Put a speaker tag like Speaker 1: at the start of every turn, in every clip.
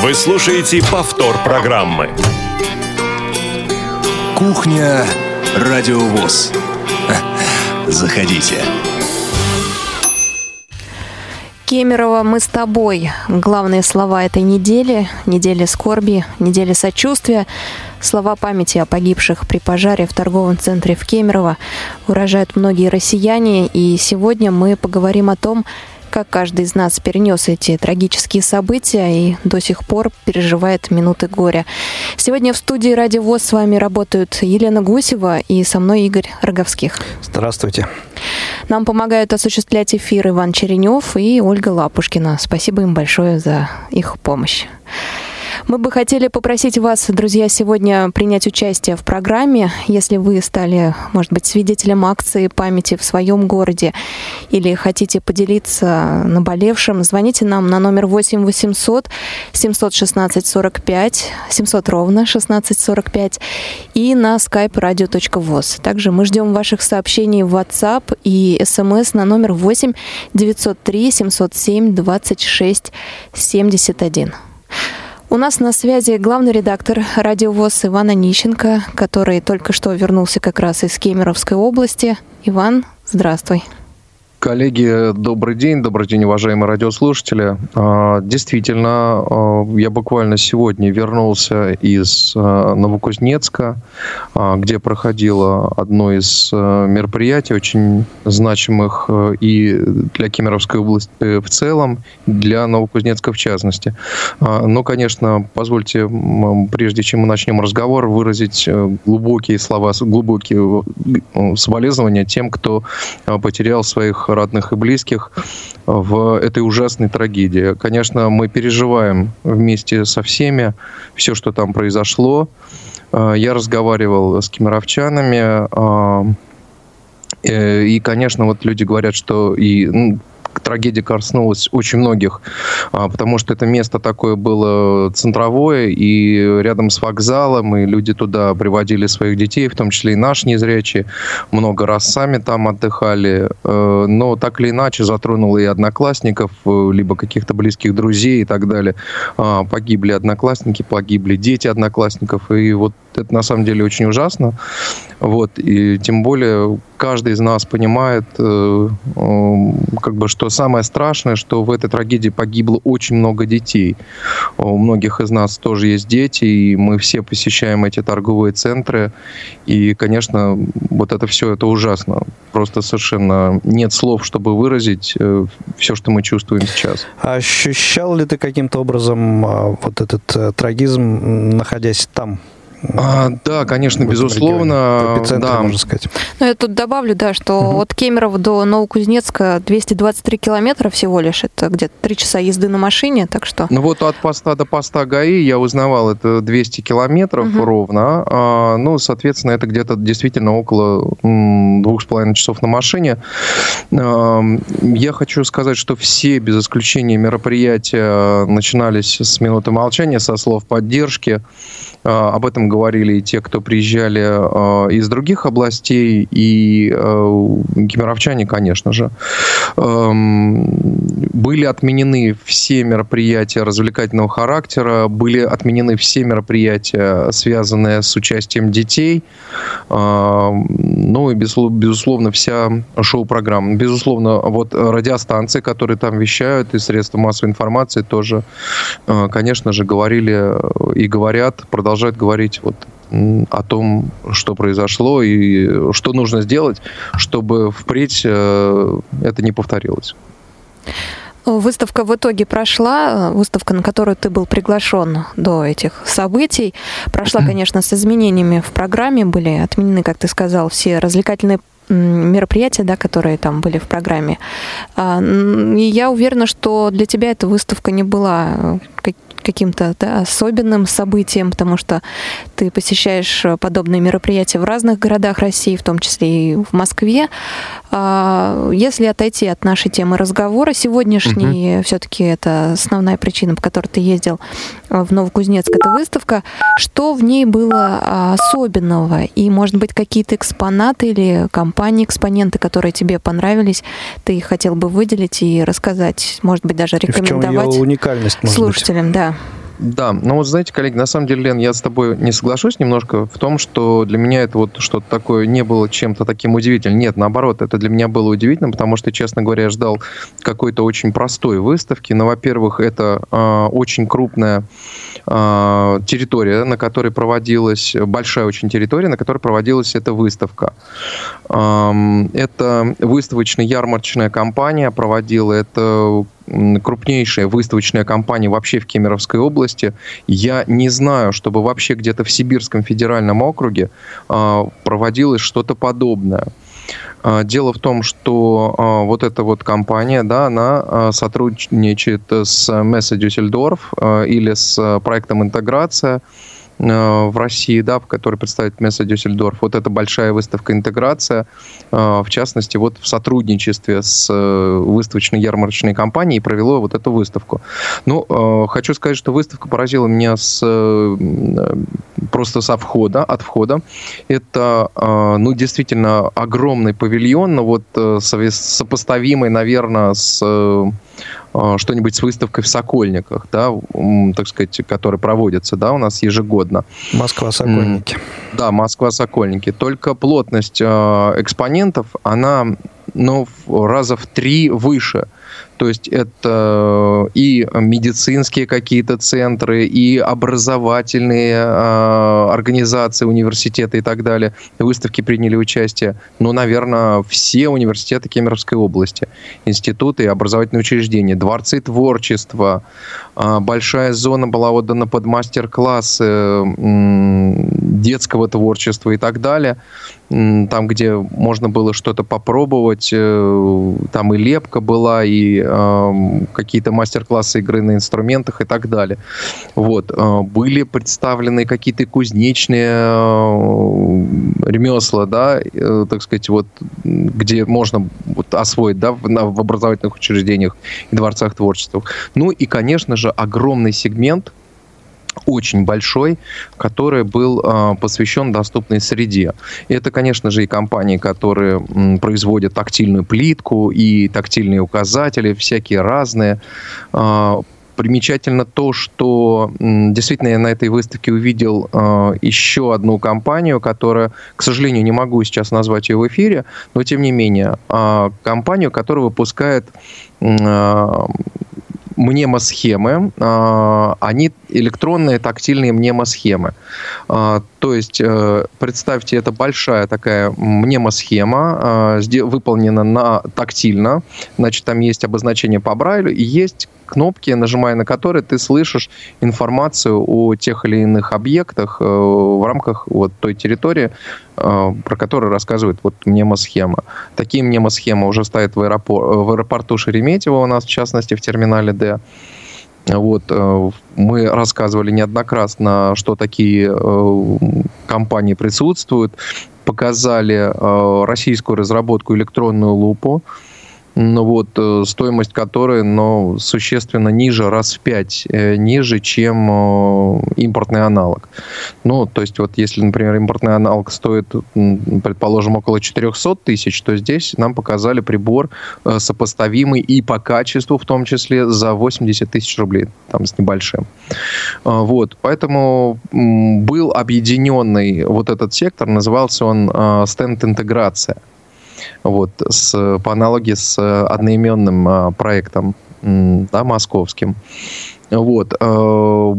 Speaker 1: Вы слушаете повтор программы.
Speaker 2: Кухня Радио ВОС. Заходите.
Speaker 3: Кемерово, мы с тобой. Главные слова этой недели. Недели скорби, недели сочувствия. Слова памяти о погибших при пожаре в торговом центре в Кемерово выражают многие россияне. И сегодня мы поговорим о том, как каждый из нас перенес эти трагические события и до сих пор переживает минуты горя. Сегодня в студии Радио ВОС с вами работают Елена Гусева и со мной Игорь Роговских.
Speaker 4: Здравствуйте.
Speaker 3: Нам помогают осуществлять эфир Иван Черенев и Ольга Лапушкина. Спасибо им большое за их помощь. Мы бы хотели попросить вас, друзья, сегодня принять участие в программе. Если вы стали, может быть, свидетелем акции памяти в своем городе или хотите поделиться наболевшим, звоните нам на номер 8 800 716 45, 700 ровно 16 45 и на skype radio.voz. Также мы ждем ваших сообщений в WhatsApp и SMS на номер 8 903 707 26 71. У нас на связи главный редактор Радио ВОС Иван Онищенко, который только что вернулся как раз из Кемеровской области. Иван, здравствуй.
Speaker 5: Коллеги, добрый день, уважаемые радиослушатели. Действительно, я буквально сегодня вернулся из Новокузнецка, где проходило одно из мероприятий, очень значимых и для Кемеровской области в целом, для Новокузнецка в частности. Но, конечно, позвольте, прежде чем мы начнем разговор, выразить глубокие слова, глубокие соболезнования тем, кто потерял своих родных и близких в этой ужасной трагедии. Конечно, мы переживаем вместе со всеми все, что там произошло. Я разговаривал с кемеровчанами, и, конечно, вот люди говорят, что трагедия коснулась очень многих, потому что это место такое было центровое и рядом с вокзалом, и люди туда приводили своих детей, в том числе и наши незрячие, много раз сами там отдыхали, но так или иначе затронуло и одноклассников, либо каких-то близких друзей и так далее. Погибли одноклассники, погибли дети одноклассников, и вот это на самом деле очень ужасно. Вот, и тем более каждый из нас понимает, что самое страшное, что в этой трагедии погибло очень много детей. У многих из нас тоже есть дети, и мы все посещаем эти торговые центры. И, конечно, вот это все, это ужасно. Просто совершенно нет слов, чтобы выразить все, что мы чувствуем сейчас.
Speaker 4: Ощущал ли ты каким-то образом вот этот трагизм, находясь там?
Speaker 5: Да, конечно, безусловно.
Speaker 4: В эпицентре,
Speaker 5: да.
Speaker 4: можно сказать.
Speaker 3: Но я тут добавлю, да, что от Кемерово до Новокузнецка 223 километра всего лишь. Это где-то 3 часа езды на машине, так что...
Speaker 5: Ну вот от поста до поста ГАИ, я узнавал, это 200 километров ровно. Соответственно, это где-то действительно около 2,5 часов на машине. Я хочу сказать, что все, без исключения, мероприятия начинались с минуты молчания, со слов поддержки. Об этом говорили и те, кто приезжали из других областей, и кемеровчане, конечно же. Были отменены все мероприятия развлекательного характера, были отменены все мероприятия, связанные с участием детей, и, безусловно, вся шоу-программа. Безусловно, вот радиостанции, которые там вещают, и средства массовой информации тоже, конечно же, говорили и говорят, продолжают говорить о том, что произошло и что нужно сделать, чтобы впредь это не повторилось.
Speaker 3: Выставка в итоге прошла, выставка, на которую ты был приглашен до этих событий, прошла, конечно, с изменениями в программе, были отменены, как ты сказал, все развлекательные мероприятия, да, которые там были в программе. И я уверена, что для тебя эта выставка не была каким-то особенным событием, потому что ты посещаешь подобные мероприятия в разных городах России, в том числе и в Москве. Если отойти от нашей темы разговора, сегодняшний все-таки это основная причина, по которой ты ездил в Новокузнецк, это выставка. Что в ней было особенного? И, может быть, какие-то экспонаты или компании-экспоненты, которые тебе понравились, ты хотел бы выделить и рассказать, может быть, даже рекомендовать
Speaker 4: в чем ее уникальность, может
Speaker 3: слушателям,
Speaker 4: быть?
Speaker 3: Да.
Speaker 5: Да, ну вот знаете, коллеги, на самом деле, Лен, я с тобой не соглашусь немножко в том, что для меня это вот что-то такое не было чем-то таким удивительным. Нет, наоборот, это для меня было удивительным, потому что, честно говоря, я ждал какой-то очень простой выставки. Но, во-первых, это очень крупная территория, на которой проводилась, большая очень территория, на которой проводилась эта выставка. Это выставочно-ярмарочная компания проводила, это крупнейшая выставочная компания вообще в Кемеровской области. Я не знаю, чтобы вообще где-то в Сибирском федеральном округе проводилось что-то подобное. Дело в том, что вот эта вот компания, да, она сотрудничает с Messe Düsseldorf или с проектом «Интеграция» в России, да, который представит Messe Düsseldorf. Вот эта большая выставка «Интеграция», в частности, вот в сотрудничестве с выставочно-ярмарочной компанией провело вот эту выставку. Ну, хочу сказать, что выставка поразила меня просто от входа. Это, ну, действительно огромный павильон, но вот сопоставимый, наверное, с что-нибудь с выставкой в Сокольниках, да, так сказать, которая проводится, да, у нас ежегодно.
Speaker 4: Москва-Сокольники.
Speaker 5: Да, Москва-Сокольники. Только плотность экспонентов, она, ну, раза в 3 выше. То есть это и медицинские какие-то центры, и образовательные организации, университеты и так далее. В выставке приняли участие, ну, наверное, все университеты Кемеровской области, институты и образовательные учреждения, дворцы творчества. Большая зона была отдана под мастер-классы детского творчества и так далее. Там, где можно было что-то попробовать, там и лепка была, и какие-то мастер-классы игры на инструментах и так далее. Вот. Были представлены какие-то кузнечные ремесла, да, так сказать, вот, где можно вот освоить, да, в образовательных учреждениях и дворцах творчества. Ну и, конечно же, огромный сегмент, очень большой, который был посвящен доступной среде. И это, конечно же, и компании, которые производят тактильную плитку и тактильные указатели, всякие разные. Примечательно то, что действительно я на этой выставке увидел еще одну компанию, которая, к сожалению, не могу сейчас назвать ее в эфире, но тем не менее, компанию, которая выпускает мнемосхемы, они электронные тактильные мнемосхемы. То есть, представьте, это большая такая мнемосхема, выполнена тактильно, значит, там есть обозначение по Брайлю, и есть кнопки, нажимая на которые ты слышишь информацию о тех или иных объектах в рамках вот той территории, про которую рассказывает вот мнемосхема. Такие мнемосхемы уже стоят в аэропорту Шереметьево у нас, в частности, в терминале Д. Вот, мы рассказывали неоднократно, что такие компании присутствуют. Показали российскую разработку электронную лупу, ну вот, стоимость которой, ну, существенно ниже, раз в 5 ниже, чем импортный аналог. Ну, то есть, вот если, например, импортный аналог стоит, предположим, около 400 тысяч, то здесь нам показали прибор сопоставимый и по качеству, в том числе, за 80 тысяч рублей, там, с небольшим. Вот, поэтому был объединенный вот этот сектор, назывался он «Стенд-интеграция». Вот, по аналогии с одноименным проектом, да, московским. Вот. Ну,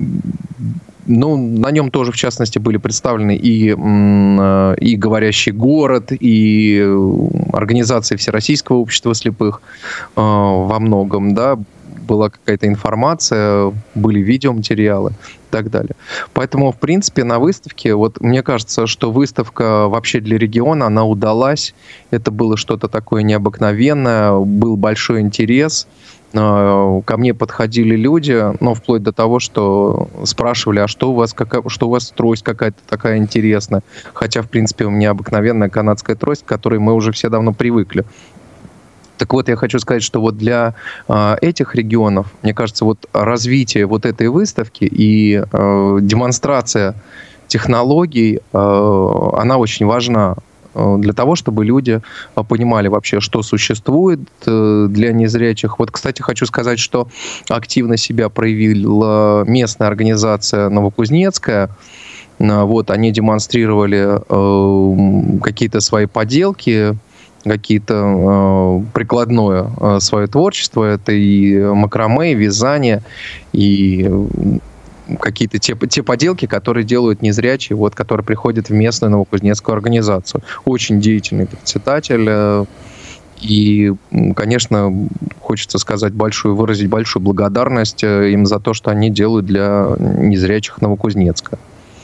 Speaker 5: на нем тоже, в частности, были представлены и «Говорящий город», и организации Всероссийского общества слепых во многом, да, была какая-то информация, были видеоматериалы и так далее. Поэтому, в принципе, на выставке, вот мне кажется, что выставка вообще для региона, она удалась. Это было что-то такое необыкновенное, был большой интерес. Ко мне подходили люди, ну, вплоть до того, что спрашивали, а что у вас трость какая-то такая интересная. Хотя, в принципе, у меня обыкновенная канадская трость, к которой мы уже все давно привыкли. Так вот, я хочу сказать, что вот для этих регионов, мне кажется, вот развитие вот этой выставки и демонстрация технологий, она очень важна. для того, чтобы люди понимали вообще, что существует для незрячих. Вот, кстати, хочу сказать, что активно себя проявила местная организация Новокузнецкая. Вот, они демонстрировали какие-то свои поделки, какие-то прикладное свое творчество. Это и макраме, и вязание, и какие-то те поделки, которые делают незрячие, вот, которые приходят в местную новокузнецкую организацию. Очень деятельный председатель. И, конечно, хочется сказать выразить большую благодарность им за то, что они делают для незрячих Новокузнецка.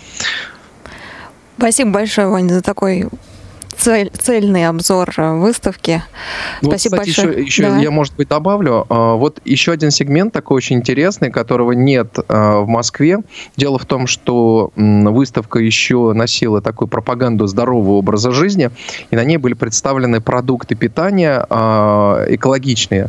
Speaker 3: Спасибо большое, Ваня, за такой цельный обзор выставки.
Speaker 5: Ну,
Speaker 3: Спасибо
Speaker 5: вот, кстати,
Speaker 3: большое.
Speaker 5: Еще
Speaker 3: да.
Speaker 5: Я, может быть, добавлю. Вот еще один сегмент такой очень интересный, которого нет в Москве. Дело в том, что выставка еще носила такую пропаганду здорового образа жизни, и на ней были представлены продукты питания экологичные.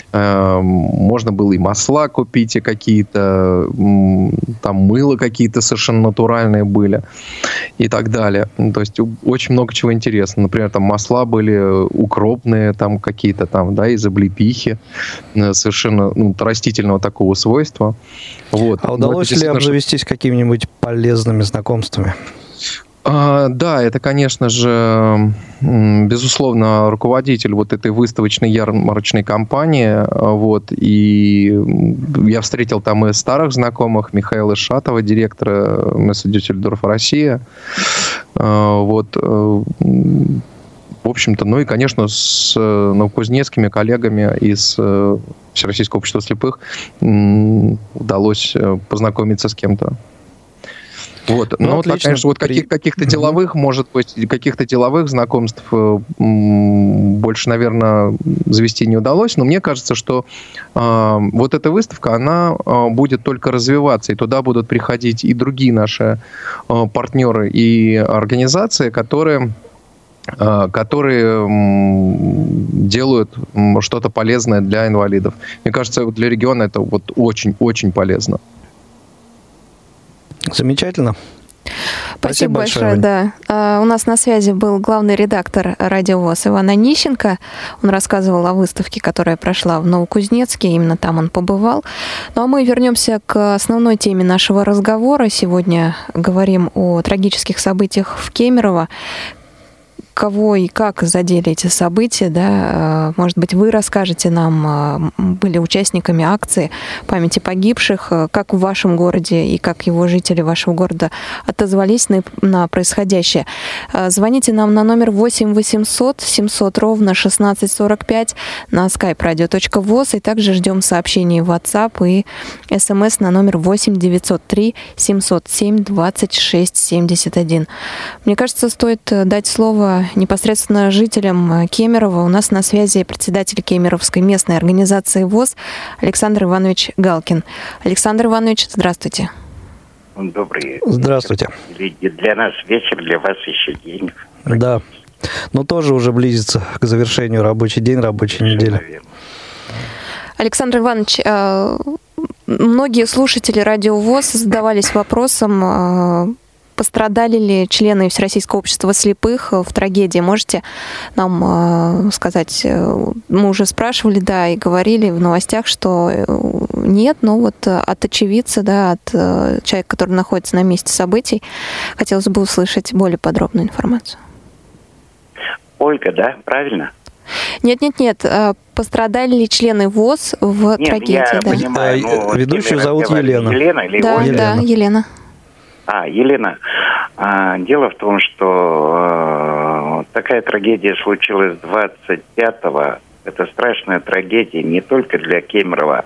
Speaker 5: Можно было и масла купить, и какие-то там мыло какие-то совершенно натуральные были, и так далее. То есть очень много чего интересного. Например, там масла были укропные, там какие-то там, да, из облепихи, совершенно растительного такого свойства. Вот.
Speaker 4: А удалось ли обзавестись какими-нибудь полезными знакомствами?
Speaker 5: Да, это, конечно же, безусловно, руководитель вот этой выставочной ярмарочной компании. Вот, и я встретил там и старых знакомых, Михаила Шатова, директора МС Дюссельдорф Россия. Вот, в общем-то, ну и, конечно, с новокузнецкими коллегами из Всероссийского общества слепых удалось познакомиться с кем-то. Вот.
Speaker 4: Ну,
Speaker 5: но, так, конечно, вот каких-то деловых, может быть, каких-то деловых знакомств больше, наверное, завести не удалось. Но мне кажется, что вот эта выставка, она будет только развиваться. И туда будут приходить и другие наши партнеры и организации, которые делают что-то полезное для инвалидов. Мне кажется, для региона это вот очень-очень полезно.
Speaker 4: Замечательно.
Speaker 3: Спасибо большое, да. У нас на связи был главный редактор Радио ВОС Иван Онищенко. Он рассказывал о выставке, которая прошла в Новокузнецке. Именно там он побывал. Ну а мы вернемся к основной теме нашего разговора. Сегодня говорим о трагических событиях в Кемерово. Кого и как задели эти события, да? Может быть, вы расскажете нам, были участниками акции памяти погибших, как в вашем городе и как его жители вашего города отозвались на происходящее. Звоните нам на номер 8 800 700 ровно 1645 на skype radio.voz, и также ждем сообщений в WhatsApp и СМС на номер 8 903 707 26 71. Мне кажется, стоит дать слово непосредственно жителям Кемерово. У нас на связи председатель Кемеровской местной организации ВОС Александр Иванович Галкин. Александр Иванович, здравствуйте.
Speaker 6: Добрый.
Speaker 4: Здравствуйте.
Speaker 6: Для нас вечер, для вас еще день.
Speaker 4: Да. Но тоже уже близится к завершению рабочий день, рабочей недели.
Speaker 3: Александр Иванович, многие слушатели Радио ВОС задавались вопросом, пострадали ли члены Всероссийского общества слепых в трагедии? Можете нам сказать? Мы уже спрашивали, да, и говорили в новостях, что нет, но вот от очевидца, да, от человека, который находится на месте событий, хотелось бы услышать более подробную информацию.
Speaker 6: Ольга, да? Правильно?
Speaker 3: Нет. Пострадали ли члены ВОС в трагедии?
Speaker 6: Я
Speaker 3: да.
Speaker 6: понимаю,
Speaker 4: ведущую зовут Елена.
Speaker 6: Елена или
Speaker 3: да,
Speaker 6: Ольга?
Speaker 3: Да, Елена.
Speaker 6: Елена. Дело в том, что такая трагедия случилась 25-го. Это страшная трагедия не только для Кемерово,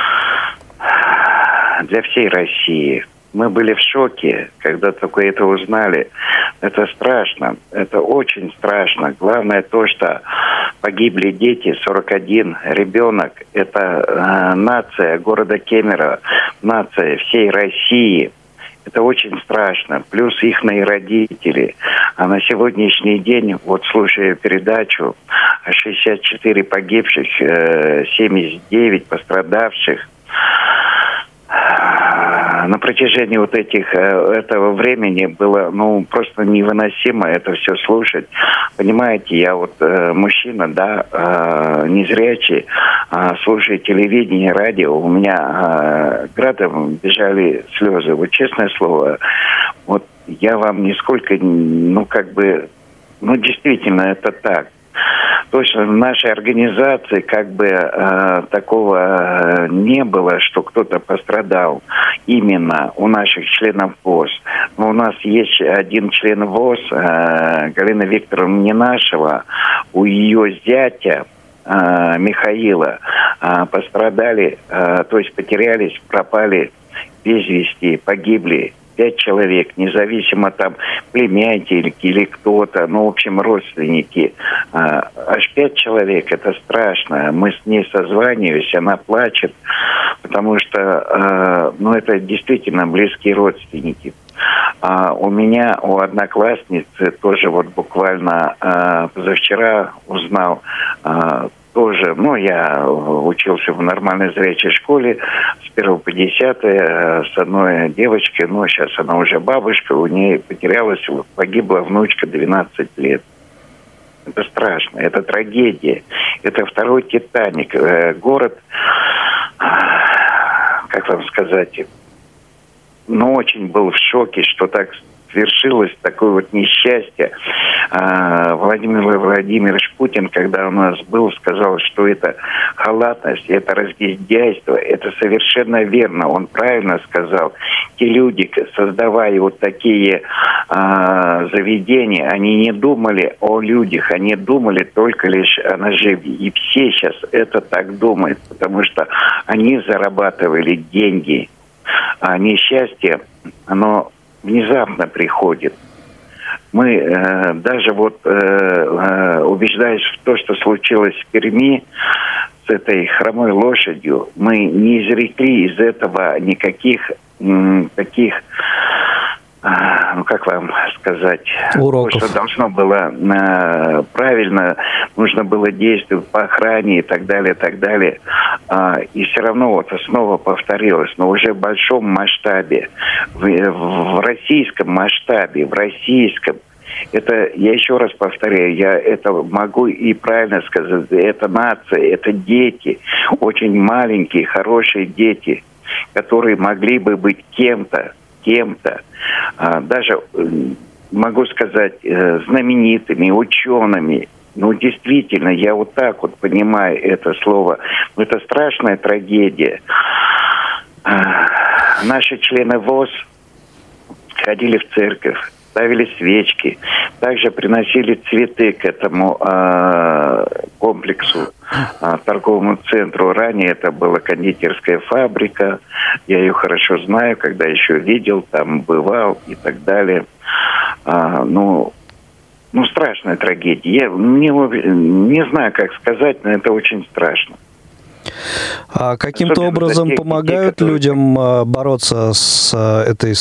Speaker 6: для всей России. Мы были в шоке, когда только это узнали. Это страшно, это очень страшно. Главное то, что погибли дети, 41 ребенок. Это нация города Кемерово, нация всей России. Это очень страшно. Плюс ихные родители. А на сегодняшний день, вот слушая передачу, 64 погибших, 79 пострадавших. на протяжении вот этого времени было, просто невыносимо это все слушать. Понимаете, я вот мужчина, да, незрячий, слушаю телевидение, радио, у меня градом бежали слезы. Вот честное слово, вот я вам нисколько, действительно, это так. Точно в нашей организации такого не было, что кто-то пострадал именно у наших членов ВОС. Но у нас есть один член ВОС, Галина Викторовна Ненашева, у ее зятя Михаила пострадали, то есть потерялись, пропали без вести, погибли 5 человек, независимо там племянники или кто-то, в общем, родственники. Аж 5 человек, это страшно. Мы с ней созваниваемся, она плачет, потому что, это действительно близкие родственники. У меня, у одноклассницы, тоже вот буквально позавчера узнал, тоже, я учился в нормальной зрячей школе с 1 по 10 с одной девочкой, сейчас она уже бабушка, у нее погибла внучка 12 лет. Это страшно, это трагедия, это второй «Титаник». Город, как вам сказать, очень был в шоке, что так свершилось такое вот несчастье. Владимир Владимирович Путин, когда у нас был, сказал, что это халатность, это разгильдяйство, это совершенно верно. Он правильно сказал. Те люди, создавая вот такие заведения, они не думали о людях, они думали только лишь о наживе. И все сейчас это так думают, потому что они зарабатывали деньги. А несчастье, оно внезапно приходит. Мы даже убеждаясь в то, что случилось в Перми с этой хромой лошадью, мы не изрекли из этого никаких таких, как вам сказать,
Speaker 4: уроков.
Speaker 6: Что должно было правильно, нужно было действовать по охране и так далее, и так далее. И все равно снова повторилось, но уже в большом масштабе, в российском масштабе, в российском. Это, я еще раз повторяю, я это могу и правильно сказать, это нация, это дети, очень маленькие, хорошие дети, которые могли бы быть кем-то, даже, могу сказать, знаменитыми, учеными. Действительно, я вот так вот понимаю это слово. Это страшная трагедия. Наши члены ВОС ходили в церковь, ставили свечки, также приносили цветы к этому комплексу, торговому центру. Ранее это была кондитерская фабрика. Я ее хорошо знаю, когда еще видел, там бывал и так далее. Страшная трагедия. Я не знаю, как сказать, но это очень страшно.
Speaker 4: А каким-то образом помогают людям бороться с этим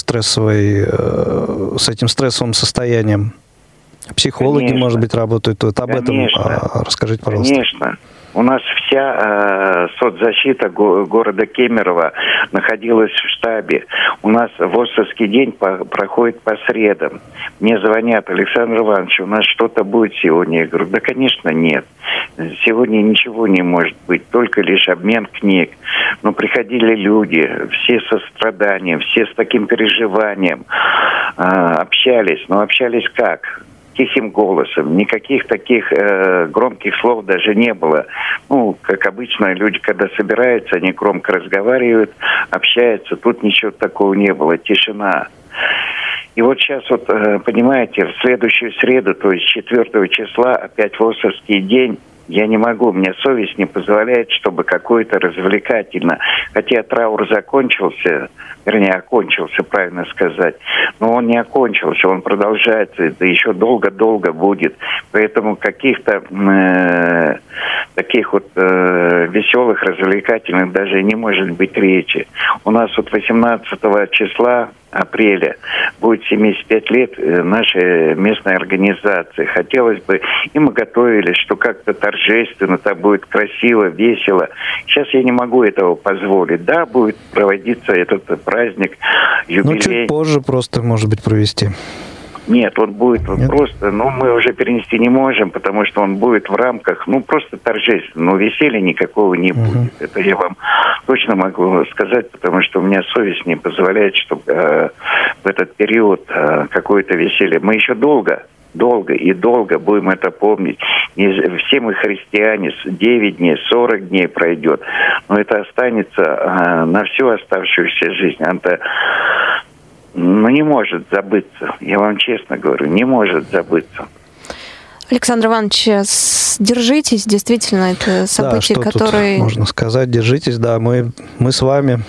Speaker 4: стрессовым состоянием? Психологи,
Speaker 6: Конечно.
Speaker 4: Может быть, работают. Вот об этом расскажите, пожалуйста.
Speaker 6: Конечно. У нас вся соцзащита города Кемерово находилась в штабе. У нас ВОСовский день проходит по средам. Мне звонят: Александр Иванович, у нас что-то будет сегодня? Я говорю: да, конечно, нет. Сегодня ничего не может быть, только лишь обмен книг. Но приходили люди, все со страданием, все с таким переживанием, общались. Но общались как? Тихим голосом. Никаких таких громких слов даже не было. Как обычно, люди, когда собираются, они громко разговаривают, общаются. Тут ничего такого не было. Тишина. И вот сейчас, понимаете, в следующую среду, то есть 4 числа, опять ВОСовский день, я не могу, мне совесть не позволяет, чтобы какое-то развлекательно. Хотя траур закончился, окончился, правильно сказать. Но он не окончился, он продолжается, да еще долго-долго будет. Поэтому каких-то таких веселых, развлекательных даже не может быть речи. У нас 18 числа апреля будет 75 лет нашей местной организации. Хотелось бы, и мы готовились, что как-то торжественно, это будет красиво, весело. Сейчас я не могу этого позволить. Да, будет проводиться этот праздник, юбилей.
Speaker 4: Ну, чуть позже просто, может быть, провести.
Speaker 6: Нет, он будет просто, мы уже перенести не можем, потому что он будет в рамках, просто торжественно, веселья никакого не будет. Это я вам точно могу сказать, потому что у меня совесть не позволяет, чтобы в этот период какое-то веселье. Мы еще долго будем это помнить. Все мы христиане, 9 дней, 40 дней пройдет, но это останется на всю оставшуюся жизнь. Это не может забыться. Я вам честно говорю, не может забыться.
Speaker 3: Александр Иванович, держитесь. Действительно, это события,
Speaker 4: да,
Speaker 3: которые...
Speaker 4: можно сказать, держитесь. Да, мы с вами.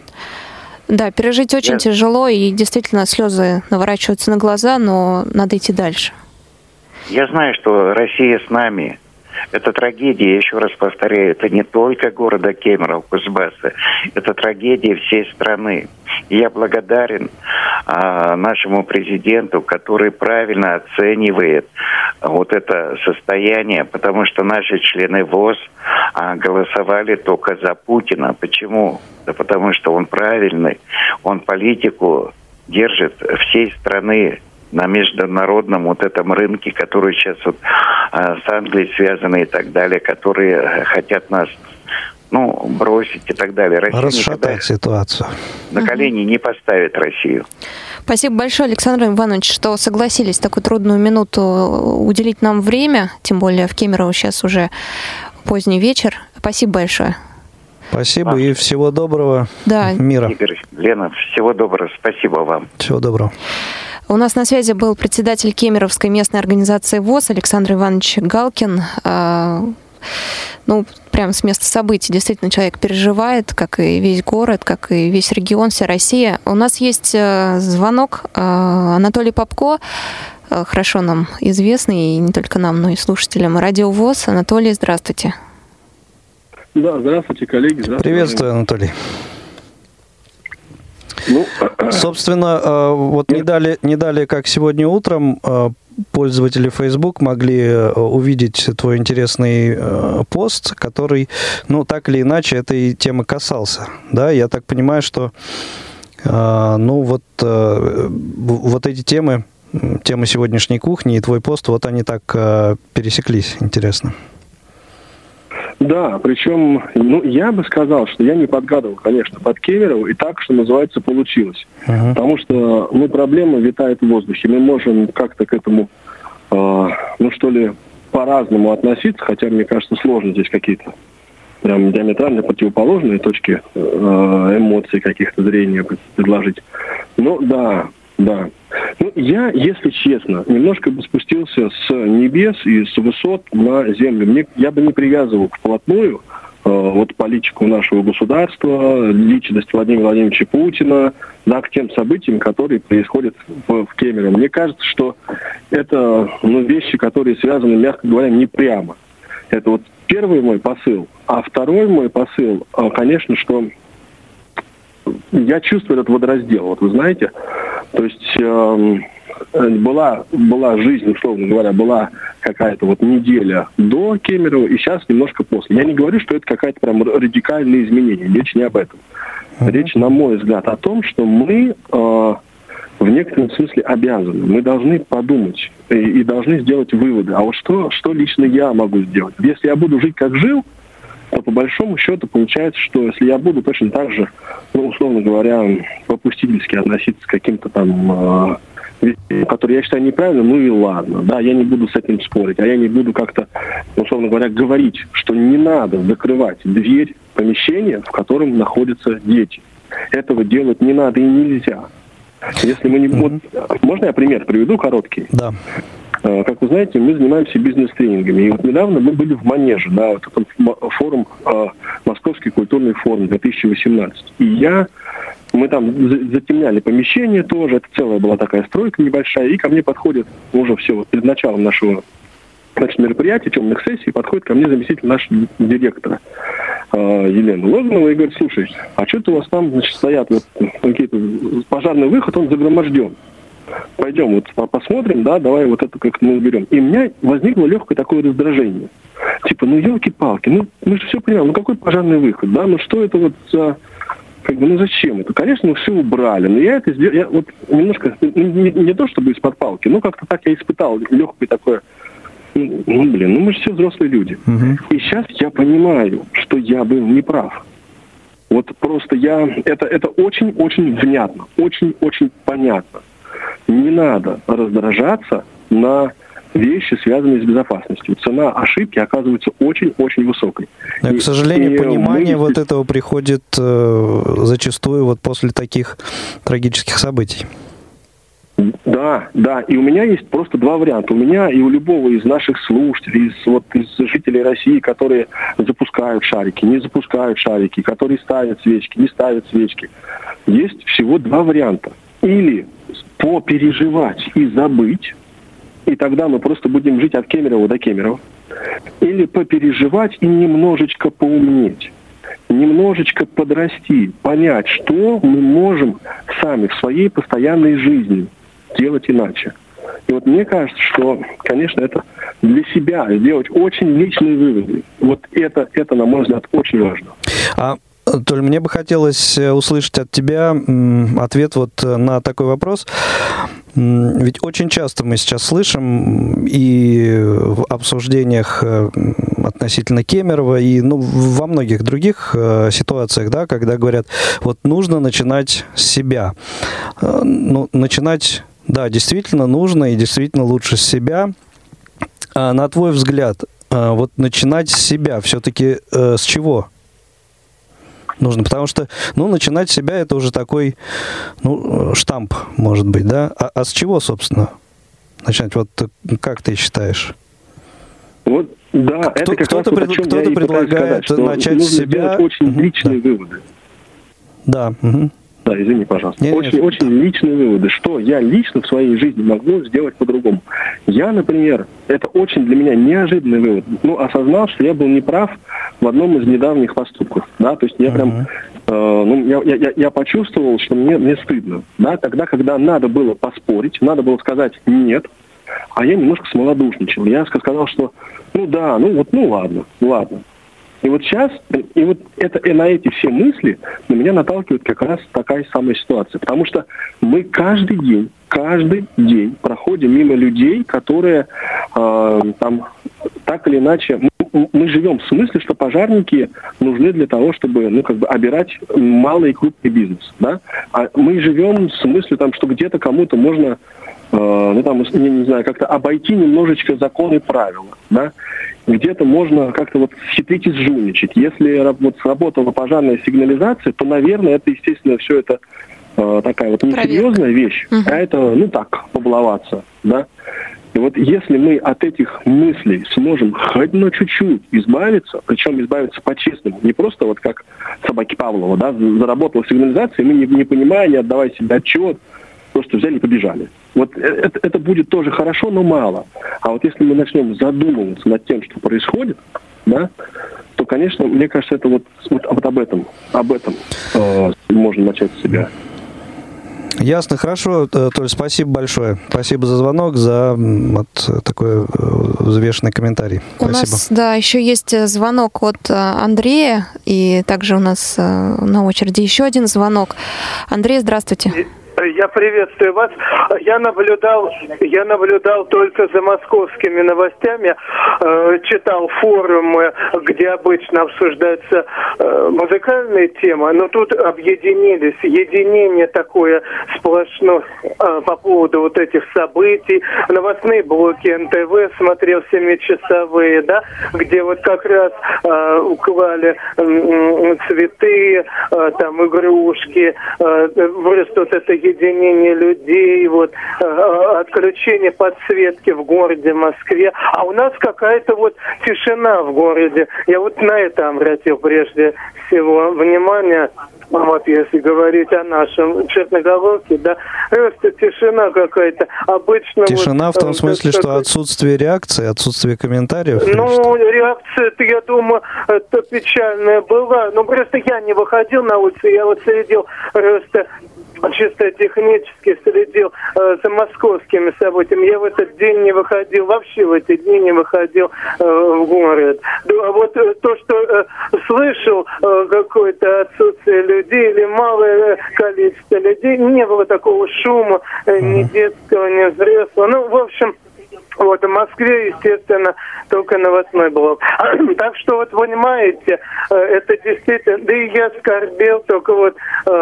Speaker 3: Да, пережить очень тяжело, и действительно слезы наворачиваются на глаза, но надо идти дальше.
Speaker 6: Я знаю, что Россия с нами. Это трагедия, я еще раз повторяю, это не только города Кемерово, Кузбасса, это трагедия всей страны. И я благодарен нашему президенту, который правильно оценивает вот это состояние, потому что наши члены ВОС голосовали только за Путина. Почему? Да потому что он правильный, он политику держит всей страны на международном вот этом рынке, который сейчас с Англией связаны и так далее, которые хотят нас бросить и так далее. Россия
Speaker 4: расшатать ситуацию.
Speaker 6: На колени не поставит Россию.
Speaker 3: Спасибо большое, Александр Иванович, что согласились в такую трудную минуту уделить нам время, тем более в Кемерово сейчас уже поздний вечер. Спасибо большое.
Speaker 4: Спасибо и всего доброго.
Speaker 3: Да.
Speaker 4: Мира.
Speaker 6: Игорь, Лена, всего доброго. Спасибо вам.
Speaker 4: Всего доброго.
Speaker 3: У нас на связи был председатель Кемеровской местной организации ВОС Александр Иванович Галкин. Прямо с места событий. Действительно, человек переживает, как и весь город, как и весь регион, вся Россия. У нас есть звонок. Анатолий Попко, хорошо нам известный, и не только нам, но и слушателям Радио ВОС. Анатолий, здравствуйте.
Speaker 7: Да, здравствуйте, коллеги. Здравствуйте.
Speaker 4: Приветствую, Анатолий. Собственно, вот не далее, как сегодня утром, пользователи Facebook могли увидеть твой интересный пост, который, так или иначе, этой темы касался. Да, я так понимаю, что вот эти темы сегодняшней кухни и твой пост, вот они так пересеклись. Интересно.
Speaker 7: Да, причем, я бы сказал, что я не подгадывал, конечно, под Кемерово, и так, что называется, получилось. Потому что, проблема витает в воздухе. Мы можем как-то к этому, по-разному относиться, хотя, мне кажется, сложно здесь какие-то прям диаметрально противоположные точки эмоций, каких-то зрения предложить. Да. Я, если честно, немножко бы спустился с небес и с высот на землю. Я бы не привязывал вплотную политику нашего государства, личность Владимира Владимировича Путина, к тем событиям, которые происходят в Кемерово. Мне кажется, что это вещи, которые связаны, мягко говоря, не прямо. Это вот первый мой посыл. А второй мой посыл, конечно, что я чувствую этот водораздел. Вот вы знаете, то есть была жизнь, условно говоря, была какая-то неделя до Кемерово, и сейчас немножко после. Я не говорю, что это какая-то прям радикальное изменение. Речь не об этом. Речь, на мой взгляд, о том, что мы в некотором смысле обязаны. Мы должны подумать и должны сделать выводы. А вот что лично я могу сделать? Если я буду жить, как жил, то по большому счету получается, что если я буду точно так же, условно говоря, попустительски относиться к каким-то там вещам, которые я считаю неправильно, и ладно. Да, я не буду с этим спорить, а я не буду как-то, условно говоря, говорить, что не надо закрывать дверь помещения, в котором находятся дети. Этого делать не надо и нельзя. Если мы не... Можно я пример приведу короткий?
Speaker 4: Да.
Speaker 7: Как вы знаете, мы занимаемся бизнес-тренингами. И недавно мы были в Манеже, этот форум, Московский культурный форум 2018. И мы там затемняли помещение тоже, это целая была такая стройка небольшая, и ко мне подходит уже все, перед началом нашего значит, мероприятия, темных сессий, подходит ко мне заместитель нашего директора Елена Логинова и говорит: слушай, а что-то у вас там, значит, стоят вот какие-то пожарный выход, он загроможден. Пойдем вот посмотрим, да, давай вот это как мы уберем. И у меня возникло легкое такое раздражение. Типа, ну елки-палки, ну мы же все понимаем, ну какой пожарный выход, да, ну что это вот за... Как бы, ну зачем это? Конечно, мы все убрали, но я это сделал, я вот немножко, не то чтобы из-под палки, но как-то так я испытал легкое такое, ну мы же все взрослые люди. И сейчас я понимаю, что я был неправ. Вот просто это очень-очень внятно, очень-очень понятно. Не надо раздражаться на вещи, связанные с безопасностью. Цена ошибки оказывается очень-очень высокой.
Speaker 4: Но, к сожалению, понимание вот этого приходит зачастую вот после таких трагических событий.
Speaker 7: Да. И у меня есть просто два варианта. У меня и у любого из наших слушателей, из жителей России, которые запускают шарики, не запускают шарики, которые ставят свечки, не ставят свечки, есть всего два варианта. Или попереживать и забыть, и тогда мы просто будем жить от Кемерово до Кемерово. Или попереживать и немножечко поумнеть, немножечко подрасти, понять, что мы можем сами в своей постоянной жизни делать иначе. И вот мне кажется, что, конечно, это для себя сделать очень личные выводы. Вот это на мой взгляд, очень важно.
Speaker 4: Толь, мне бы хотелось услышать от тебя ответ вот на такой вопрос. Ведь очень часто мы сейчас слышим и в обсуждениях относительно Кемерово, и во многих других ситуациях, да, когда говорят, вот нужно начинать с себя. Начинать, да, действительно нужно и действительно лучше с себя. А на твой взгляд, вот начинать с себя все-таки с чего нужно? Потому что, начинать с себя это уже такой, штамп, может быть, да? А с чего, собственно, начинать? Вот как ты считаешь?
Speaker 7: Вот, да, это как раз вот о чем я и предлагает сказать, начать с себя. Очень личные выводы.
Speaker 4: Да.
Speaker 7: Да, извини, пожалуйста. Очень личные выводы. Что я лично в своей жизни могу сделать по-другому? Я, например, это очень для меня неожиданный вывод. Осознал, что я был неправ в одном из недавних поступков. Да, то есть я прям, я почувствовал, что мне стыдно. Да, тогда, когда надо было поспорить, надо было сказать «нет», а я немножко смолодушничал. Я сказал, что ладно. И вот сейчас, на эти все мысли на меня наталкивает как раз такая самая ситуация. Потому что мы каждый день проходим мимо людей, которые так или иначе... Мы живем в смысле, что пожарники нужны для того, чтобы, обирать малый и крупный бизнес, да? А мы живем в смысле, что где-то кому-то можно, как-то обойти немножечко законы и правила, да? Где-то можно как-то хитрить и сжульничать. Если сработала пожарная сигнализация, то, наверное, это, естественно, все это такая несерьезная вещь, а это, побаловаться, да? И вот если мы от этих мыслей сможем хоть на чуть-чуть избавиться, причем избавиться по-честному, не просто как собаки Павлова, да, заработала сигнализация, мы не понимая, не отдавая себе отчет, просто взяли и побежали. Вот это будет тоже хорошо, но мало. А вот если мы начнем задумываться над тем, что происходит, да, то, конечно, мне кажется, это вот об этом можно начать с себя.
Speaker 4: Ясно, хорошо. Толь, спасибо большое. Спасибо за звонок, за такой взвешенный комментарий. Спасибо.
Speaker 3: У нас, еще есть звонок от Андрея, и также у нас на очереди еще один звонок. Андрей, здравствуйте.
Speaker 8: Я приветствую вас. Я наблюдал только за московскими новостями, читал форумы, где обычно обсуждаются музыкальные темы, но тут объединились. Единение такое сплошное по поводу вот этих событий. Новостные блоки НТВ смотрел 7-часовые, да, где вот как раз уклали цветы, там игрушки, просто вот это единение пленение людей, вот отключение подсветки в городе Москве. А у нас какая-то вот тишина в городе. Я вот на это обратил прежде всего внимание. Вот если говорить о нашем Черноголовке, да, просто тишина какая-то. Обычно
Speaker 4: тишина
Speaker 8: вот,
Speaker 4: в том смысле, что отсутствие реакции, отсутствие комментариев?
Speaker 8: Ну, реакция-то, я думаю, это печальная была. Ну, просто я не выходил на улицу, я вот следил просто чисто технически следил за московскими событиями. Я в этот день не выходил, вообще в эти дни не выходил в город. А вот то, что слышал, какое-то отсутствие людей или малое количество людей, не было такого шума, ни детского, ни взрослого. Ну, в общем, вот в Москве, естественно, только новостной блок. Так что, вот понимаете, это действительно... Да и я скорбел, только вот,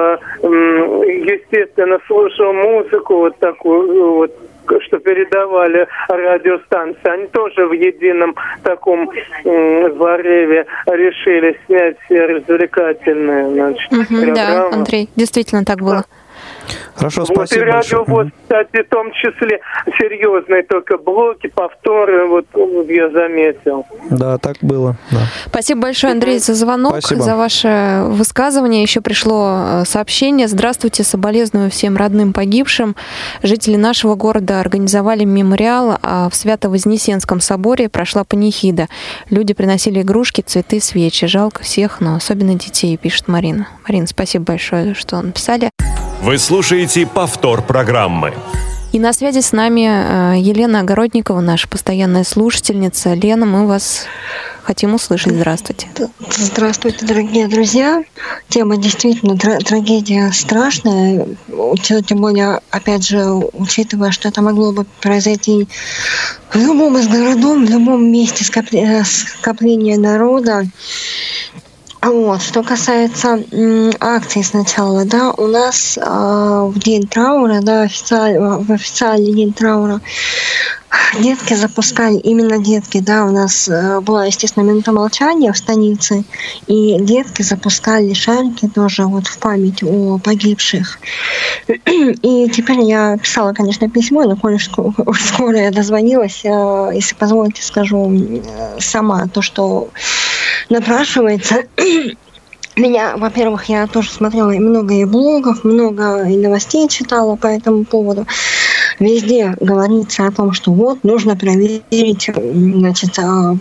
Speaker 8: естественно, слушал музыку вот такую, вот, что передавали радиостанции. Они тоже в едином таком зареве решили снять все развлекательные, значит, программы.
Speaker 3: Да, Андрей, действительно так было.
Speaker 4: Хорошо,
Speaker 8: вот
Speaker 4: спасибо
Speaker 8: и радио,
Speaker 4: большое.
Speaker 8: вот, кстати, в том числе серьезные только блоки, повторы, вот я заметил.
Speaker 4: Да, так было. Да.
Speaker 3: Спасибо большое, Андрей, за звонок,
Speaker 4: Спасибо.
Speaker 3: за ваше высказывание. Еще пришло сообщение. Здравствуйте, соболезную всем родным погибшим. Жители нашего города организовали мемориал, а в Свято-Вознесенском соборе прошла панихида. Люди приносили игрушки, цветы, свечи. Жалко всех, но особенно детей, пишет Марина. Марина, спасибо большое, что написали.
Speaker 1: Вы слушаете повтор программы.
Speaker 3: И на связи с нами Елена Огородникова, наша постоянная слушательница. Лена, мы вас хотим услышать. Здравствуйте.
Speaker 9: Здравствуйте, дорогие друзья. Тема действительно трагедия страшная. Тем более, опять же, учитывая, что это могло бы произойти в любом из городов, в любом месте скопления народа. Вот. Что касается акции сначала, да, у нас в день траура, да, в официальный день траура детки запускали, именно детки, да, у нас была, естественно, минута молчания в станице, и детки запускали шарики тоже вот в память о погибших. И теперь я писала, конечно, письмо, но коль скоро я дозвонилась, если позволите, скажу сама то, что напрашивается. Меня, во-первых, я тоже смотрела много и блогов, много и новостей читала по этому поводу. Везде говорится о том, что вот нужно проверить, значит,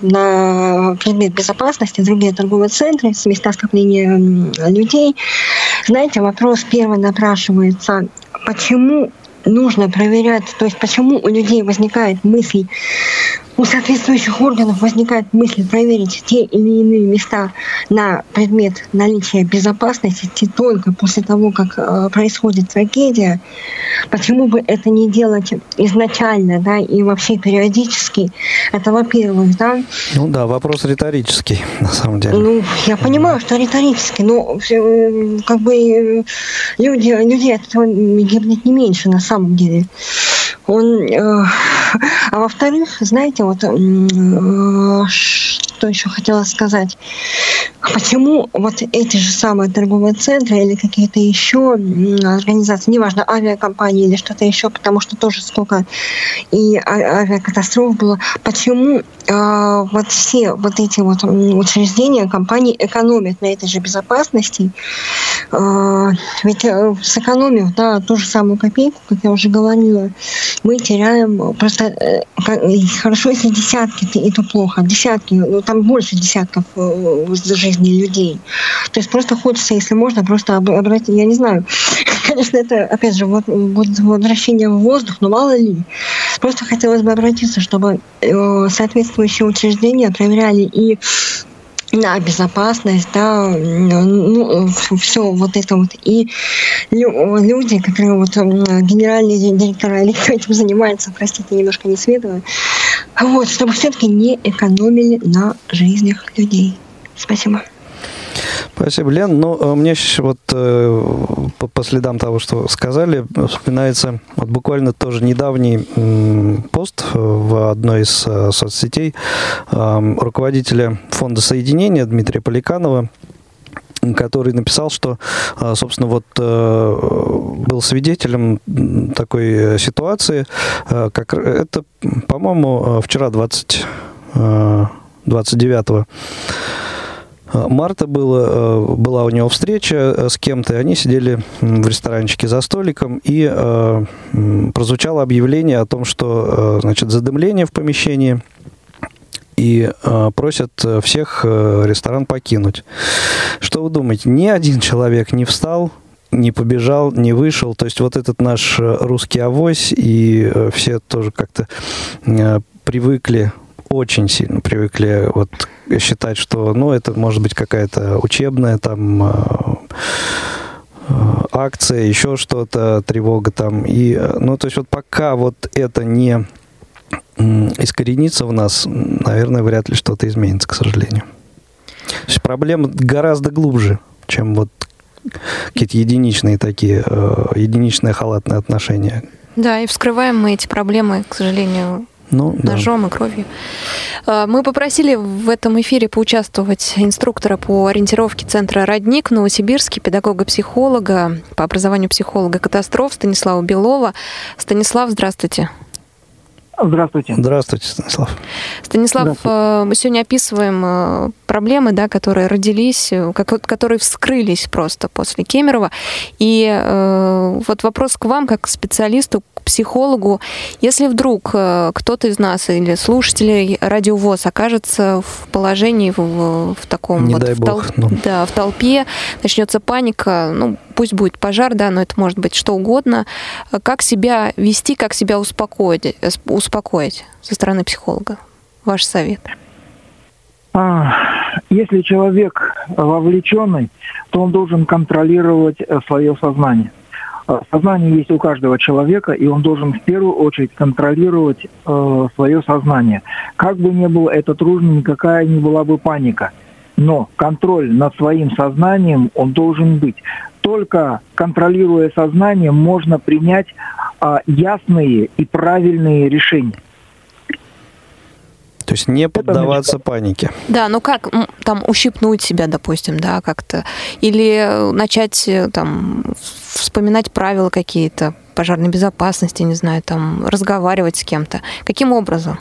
Speaker 9: на предмет безопасности другие торговые центры, места скопления людей. Знаете, вопрос первый напрашивается: почему нужно проверять, то есть почему у людей возникает мысль, у соответствующих органов возникает мысль проверить те или иные места на предмет наличия безопасности только после того, как происходит трагедия. Почему бы это не делать изначально, да, и вообще периодически? Это, во-первых, да.
Speaker 4: Ну да, вопрос риторический, на самом деле.
Speaker 9: Ну, я понимаю, что риторический, но как бы людей от этого гибнет не меньше на самом деле. А во-вторых, знаете, вот что еще хотела сказать. Почему вот эти же самые торговые центры или какие-то еще организации, неважно, авиакомпании или что-то еще, потому что тоже сколько и авиакатастроф было, почему вот все вот эти вот учреждения, компании экономят на этой же безопасности? Ведь сэкономив, да, ту же самую копейку, как я уже говорила, мы теряем просто, хорошо, если десятки, и то плохо, десятки, ну там больше десятков жизней людей. То есть просто хочется, если можно, просто обратить, я не знаю, конечно, это, опять же, будет возвращение в воздух, но мало ли. Просто хотелось бы обратиться, чтобы соответствующие учреждения проверяли и на безопасность, да, ну, все вот это вот. И люди, которые вот генеральные директора, или кто этим занимается, простите, немножко не светло, вот, чтобы все-таки не экономили на жизнях людей. Спасибо.
Speaker 4: Спасибо, Лен. Ну, мне вот по следам того, что сказали, вспоминается вот буквально тоже недавний пост в одной из соцсетей руководителя Фонда соединения Дмитрия Поликанова, который написал, что, собственно, вот был свидетелем такой ситуации, как это, по-моему, вчера 29 марта была у него встреча с кем-то, и они сидели в ресторанчике за столиком, и прозвучало объявление о том, что, значит, задымление в помещении, и просят всех ресторан покинуть. Что вы думаете? Ни один человек не встал, не побежал, не вышел. То есть вот этот наш русский авось, и все тоже как-то привыкли, очень сильно привыкли вот считать, что, ну, это может быть какая-то учебная там акция, еще что-то, тревога там. И, ну, то есть вот пока вот это не искоренится в нас, наверное, вряд ли что-то изменится, к сожалению. То есть проблема гораздо глубже, чем вот какие-то единичные халатные отношения.
Speaker 3: Да, и вскрываем мы эти проблемы, к сожалению, ножом и кровью. Мы попросили в этом эфире поучаствовать инструктора по ориентировке Центра «Родник» в Новосибирске, педагога-психолога, по образованию психолога катастроф Станислава Белова. Станислав, здравствуйте.
Speaker 10: Здравствуйте.
Speaker 4: Здравствуйте, Станислав.
Speaker 3: Станислав, мы сегодня описываем проблемы, да, которые родились, которые вскрылись просто после Кемерово. И вот вопрос к вам, как к специалисту, к психологу. Если вдруг кто-то из нас или слушателей Радио ВОС окажется в положении в таком
Speaker 4: не
Speaker 3: вот
Speaker 4: дай бог,
Speaker 3: в толпе, начнется паника, ну, пусть будет пожар, да, но это может быть что угодно. Как себя вести, как себя успокоить со стороны психолога? Ваш совет.
Speaker 10: Если человек вовлеченный, то он должен контролировать свое сознание. Сознание есть у каждого человека, и он должен в первую очередь контролировать свое сознание. Как бы ни было это трудно, никакая не была бы паника. Но контроль над своим сознанием, он должен быть. Только контролируя сознание, можно принять ясные и правильные решения.
Speaker 4: То есть не поддаваться панике.
Speaker 3: Да, ну как там ущипнуть себя, допустим, да, как-то, или начать там вспоминать правила какие-то пожарной безопасности, не знаю, там разговаривать с кем-то. Каким образом?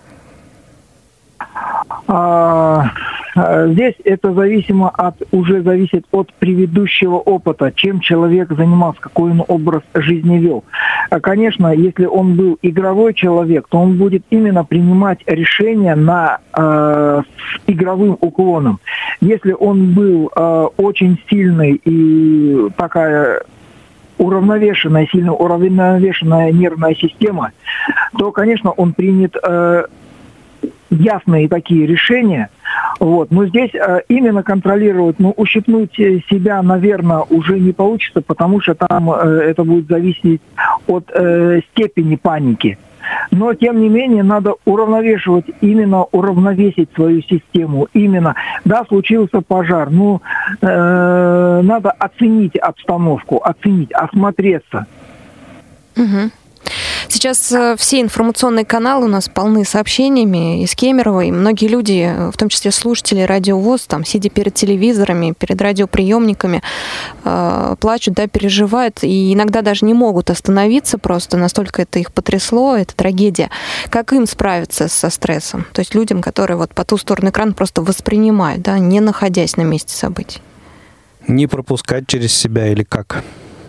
Speaker 10: Здесь это зависит от предыдущего опыта, чем человек занимался, какой он образ жизни вел. Конечно, если он был игровой человек, то он будет именно принимать решения с игровым уклоном. Если он был очень сильный и такая сильно уравновешенная нервная система, то, конечно, он примет ясные такие решения. Вот. Но здесь именно контролировать, ущипнуть себя, наверное, уже не получится, потому что там это будет зависеть от степени паники. Но, тем не менее, надо уравновесить свою систему. Да, случился пожар, надо оценить обстановку, осмотреться.
Speaker 3: Угу. Сейчас все информационные каналы у нас полны сообщениями из Кемерово, и многие люди, в том числе слушатели Радио ВОС, там, сидя перед телевизорами, перед радиоприемниками, плачут, да, переживают, и иногда даже не могут остановиться просто, настолько это их потрясло, это трагедия. Как им справиться со стрессом? То есть людям, которые вот по ту сторону экрана просто воспринимают, да, не находясь на месте событий.
Speaker 4: Не пропускать через себя или как?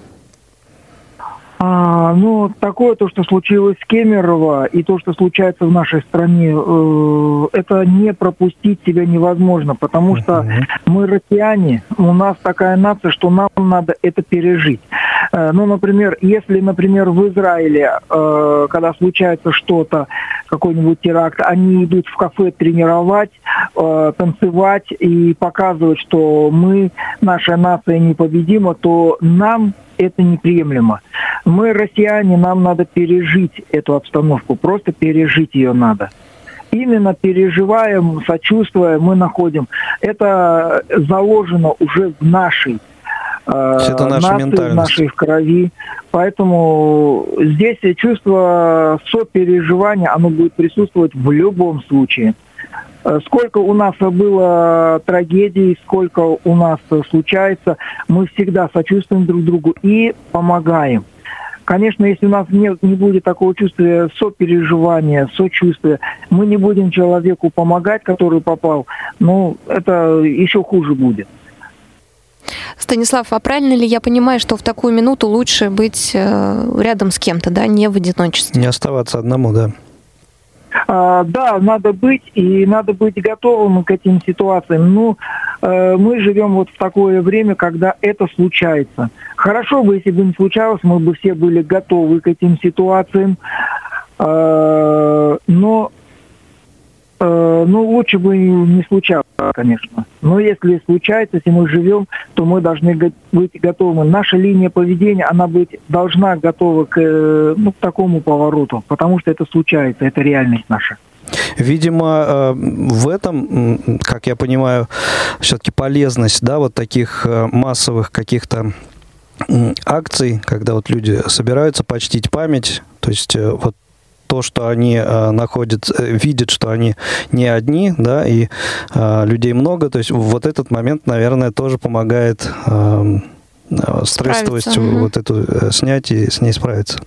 Speaker 10: Такое то, что случилось в Кемерово, и то, что случается в нашей стране, это не пропустить себя невозможно, потому что мы россияне, у нас такая нация, что нам надо это пережить. Например, если, в Израиле, когда случается что-то, какой-нибудь теракт, они идут в кафе тренировать, танцевать и показывать, что наша нация непобедима, то нам это неприемлемо. Мы, россияне, нам надо пережить эту обстановку, просто пережить ее надо. Именно переживаем, сочувствуя, мы находим. Это заложено уже в нашей нации, в нашей крови. Поэтому здесь чувство сопереживания, оно будет присутствовать в любом случае. Сколько у нас было трагедий, сколько у нас случается, мы всегда сочувствуем друг другу и помогаем. Конечно, если у нас не будет такого чувства сопереживания, сочувствия, мы не будем человеку помогать, который попал, это еще хуже будет.
Speaker 3: Станислав, а правильно ли я понимаю, что в такую минуту лучше быть рядом с кем-то, да, не в одиночестве?
Speaker 4: Не оставаться одному, да.
Speaker 10: Да, надо быть готовым к этим ситуациям. Мы живем вот в такое время, когда это случается. Хорошо бы, если бы не случалось, мы бы все были готовы к этим ситуациям. Но лучше бы не случалось, конечно. Но если случается, если мы живем, то мы должны быть готовы. Наша линия поведения, она должна готова к такому повороту, потому что это случается, это реальность наша.
Speaker 4: Видимо, в этом, как я понимаю, все-таки полезность, да, вот таких массовых каких-то акций, когда вот люди собираются почтить память, то есть вот то, что они видят, что они не одни, да, и людей много, то есть вот этот момент, наверное, тоже помогает стрессовость вот эту снять и с ней справиться.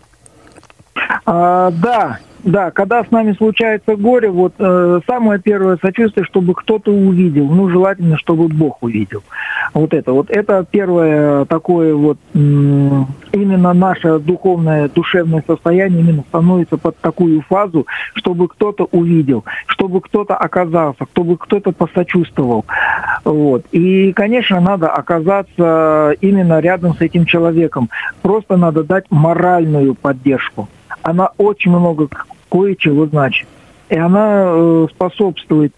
Speaker 10: Да, когда с нами случается горе, самое первое сочувствие, чтобы кто-то увидел, желательно, чтобы Бог увидел. Это первое такое именно наше душевное состояние именно становится под такую фазу, чтобы кто-то увидел, чтобы кто-то оказался, чтобы кто-то посочувствовал. И, конечно, надо оказаться именно рядом с этим человеком. Просто надо дать моральную поддержку. Она очень много кое-чего значит. И она способствует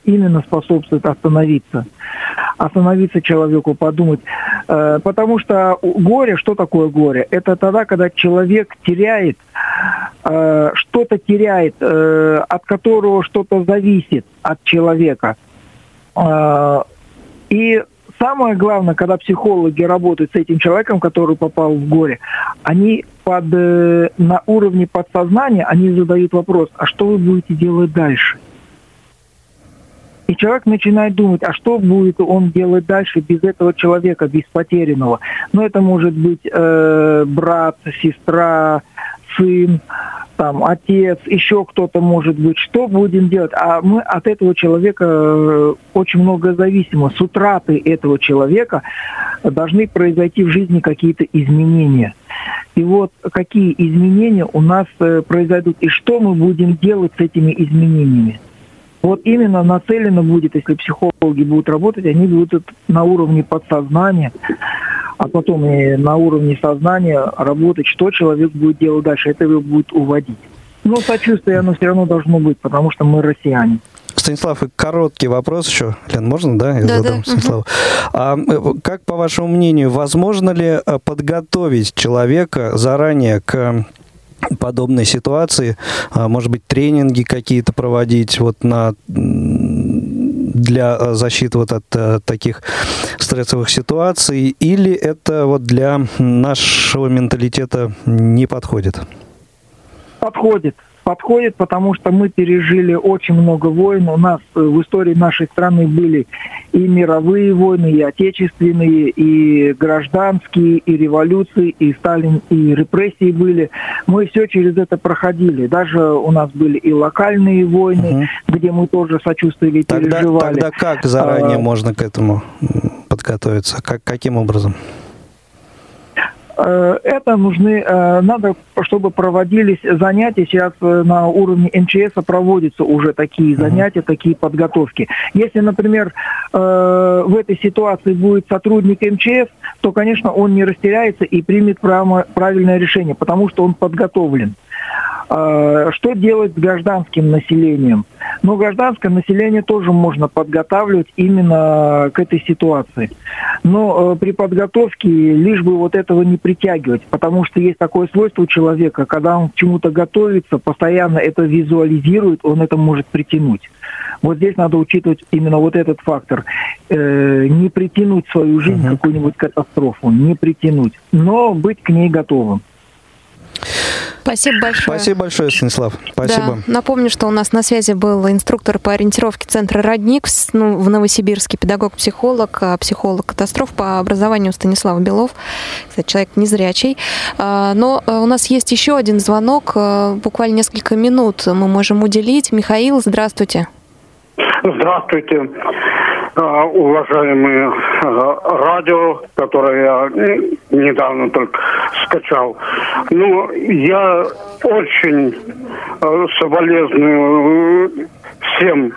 Speaker 10: остановиться человеку, подумать. Потому что горе, что такое горе? Это тогда, когда человек теряет, что-то теряет, от которого что-то зависит от человека. И самое главное, когда психологи работают с этим человеком, который попал в горе, они на уровне подсознания они задают вопрос: а что вы будете делать дальше? И человек начинает думать, а что будет он делать дальше без этого человека, без потерянного? Это может быть брат, сестра, сын, отец, еще кто-то может быть. Что будем делать? А мы от этого человека очень много зависимо. С утраты этого человека должны произойти в жизни какие-то изменения. И какие изменения у нас произойдут, и что мы будем делать с этими изменениями. Именно нацелено будет, если психологи будут работать, они будут на уровне подсознания, а потом и на уровне сознания работать, что человек будет делать дальше, это его будет уводить. Сочувствие, оно все равно должно быть, потому что мы россияне.
Speaker 4: Станислав, короткий вопрос еще. Лен, можно, да? Я задам Станиславу. А как, по вашему мнению, возможно ли подготовить человека заранее к подобной ситуации? Может быть, тренинги какие-то проводить для защиты от таких стрессовых ситуаций? Или это для нашего менталитета не подходит? Подходит, потому что мы пережили очень много войн. У нас в истории нашей страны были и мировые войны, и отечественные, и гражданские, и революции, и Сталин, и репрессии были. Мы все через это проходили. Даже у нас были и локальные войны, где мы тоже сочувствовали и переживали. Тогда как заранее можно к этому подготовиться? Каким образом? Это надо, чтобы проводились занятия. Сейчас на уровне МЧС проводятся уже такие занятия, такие подготовки. Если, например, в этой ситуации будет сотрудник МЧС, то, конечно, он не растеряется и примет правильное решение, потому что он подготовлен. Что делать с гражданским населением? Гражданское население тоже можно подготавливать именно к этой ситуации. Но при подготовке лишь бы этого не притягивать, потому что есть такое свойство у человека, когда он к чему-то готовится, постоянно это визуализирует, он это может притянуть. Здесь надо учитывать именно этот фактор. Не притянуть в свою жизнь какую-нибудь катастрофу, не притянуть, но быть к ней готовым.
Speaker 3: Спасибо большое.
Speaker 4: Спасибо большое, Станислав. Спасибо.
Speaker 3: Да. Напомню, что у нас на связи был инструктор по ориентировке Центра «Родник» в Новосибирске, педагог-психолог, психолог-катастроф по образованию Станислав Белов. Кстати, человек незрячий. Но у нас есть еще один звонок. Буквально несколько минут мы можем уделить. Михаил, здравствуйте.
Speaker 11: Здравствуйте, уважаемые радио, которое я недавно только скачал. Ну, я очень соболезную всем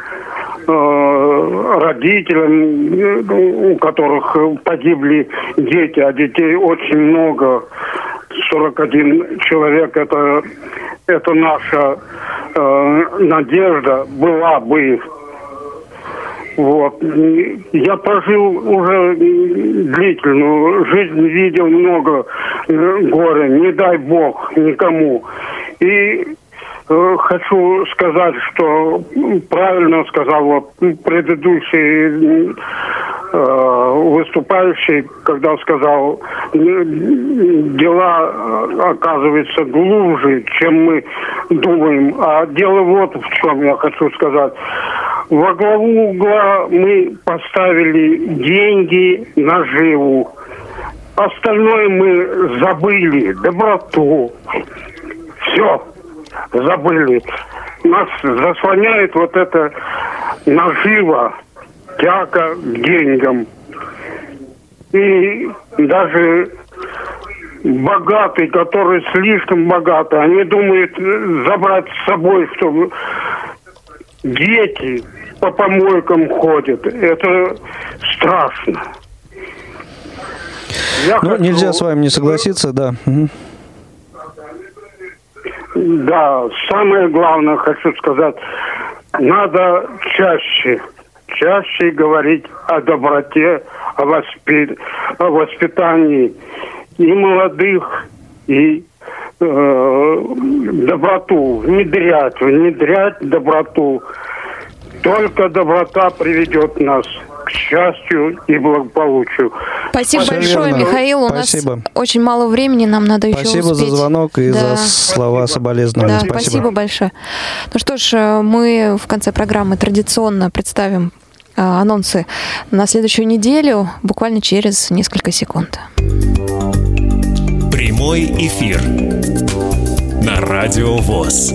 Speaker 11: родителям, у которых погибли дети, а детей очень много. 41 человек, это наша надежда была бы. Вот. Я прожил уже длительную жизнь, видел много горя, не дай бог никому. И хочу сказать, что правильно сказал вот предыдущий выступающий, когда сказал, дела оказываются глубже, чем мы думаем. А дело вот в чем я хочу сказать. Во главу угла мы поставили деньги, наживу. Остальное мы забыли, доброту. Все забыли. Нас заслоняет вот эта нажива, тяга к деньгам. И даже богатые, которые слишком богаты, они думают забрать с собой, чтобы дети по помойкам ходят. Это страшно.
Speaker 4: Нельзя с вами не согласиться, да.
Speaker 11: Да, самое главное, хочу сказать, надо чаще говорить о доброте, о воспитании и молодых, и доброту, внедрять доброту. Только доброта приведет нас к счастью и благополучию.
Speaker 3: Спасибо большое,
Speaker 4: верно.
Speaker 3: Михаил. У
Speaker 4: Спасибо.
Speaker 3: нас очень мало времени, нам надо еще
Speaker 4: Спасибо
Speaker 3: успеть.
Speaker 4: за звонок и за слова соболезнования.
Speaker 3: Да, спасибо большое. Ну что ж, мы в конце программы традиционно представим анонсы на следующую неделю, буквально через несколько секунд.
Speaker 1: Прямой эфир на Радио ВОС.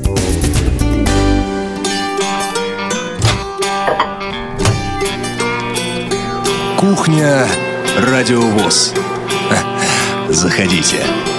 Speaker 2: Кухня Радио ВОС. Заходите.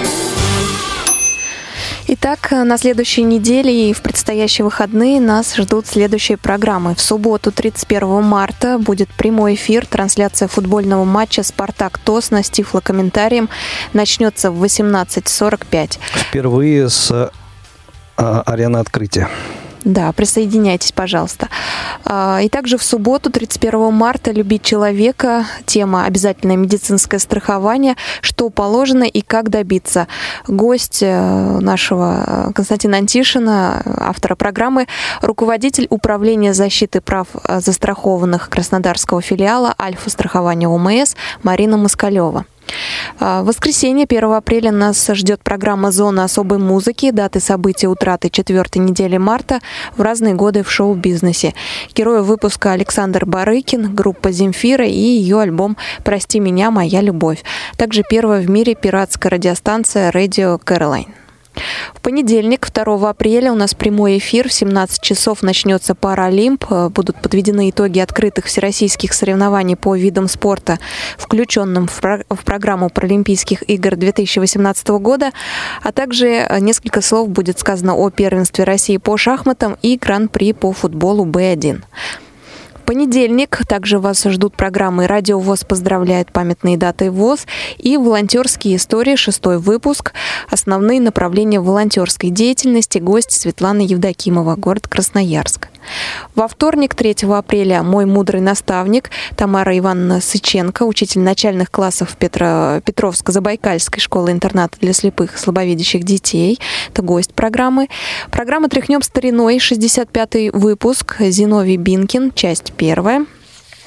Speaker 3: Итак, на следующей неделе и в предстоящие выходные нас ждут следующие программы. В субботу, 31 марта, будет прямой эфир, трансляция футбольного матча «Спартак-Тосно» с тифлокомментарием. Начнется в 18:45.
Speaker 4: Впервые с арены открытия.
Speaker 3: Да, присоединяйтесь, пожалуйста. И также в субботу, 31 марта, «Любить человека». Тема «Обязательное медицинское страхование. Что положено и как добиться». Гость нашего Константина Антишина, автора программы, руководитель управления защиты прав застрахованных Краснодарского филиала «Альфа-страхование ОМС» Марина Москалева. В воскресенье, 1 апреля, нас ждет программа «Зона особой музыки». Даты событий утраты 4-й недели марта в разные годы в шоу-бизнесе. Герой выпуска Александр Барыкин, группа «Земфира» и ее альбом «Прости меня, моя любовь». Также первая в мире пиратская радиостанция «Radio Caroline». В понедельник, 2 апреля, у нас прямой эфир. В 17 часов начнется Паралимп. Будут подведены итоги открытых всероссийских соревнований по видам спорта, включенным в программу Паралимпийских игр 2018 года. А также несколько слов будет сказано о первенстве России по шахматам и Гран-при по футболу Б1. В понедельник также вас ждут программы «Радио ВОС поздравляет памятные даты ВОС» и «Волонтерские истории», 6-й выпуск. Основные направления волонтерской деятельности. Гость Светлана Евдокимова, город Красноярск. Во вторник, 3 апреля, мой мудрый наставник Тамара Ивановна Сыченко, учитель начальных классов Петровско-Забайкальской школы-интерната для слепых и слабовидящих детей. Это гость программы. Программа «Тряхнем стариной», 65-й выпуск. Зиновий Бинкин, часть 1.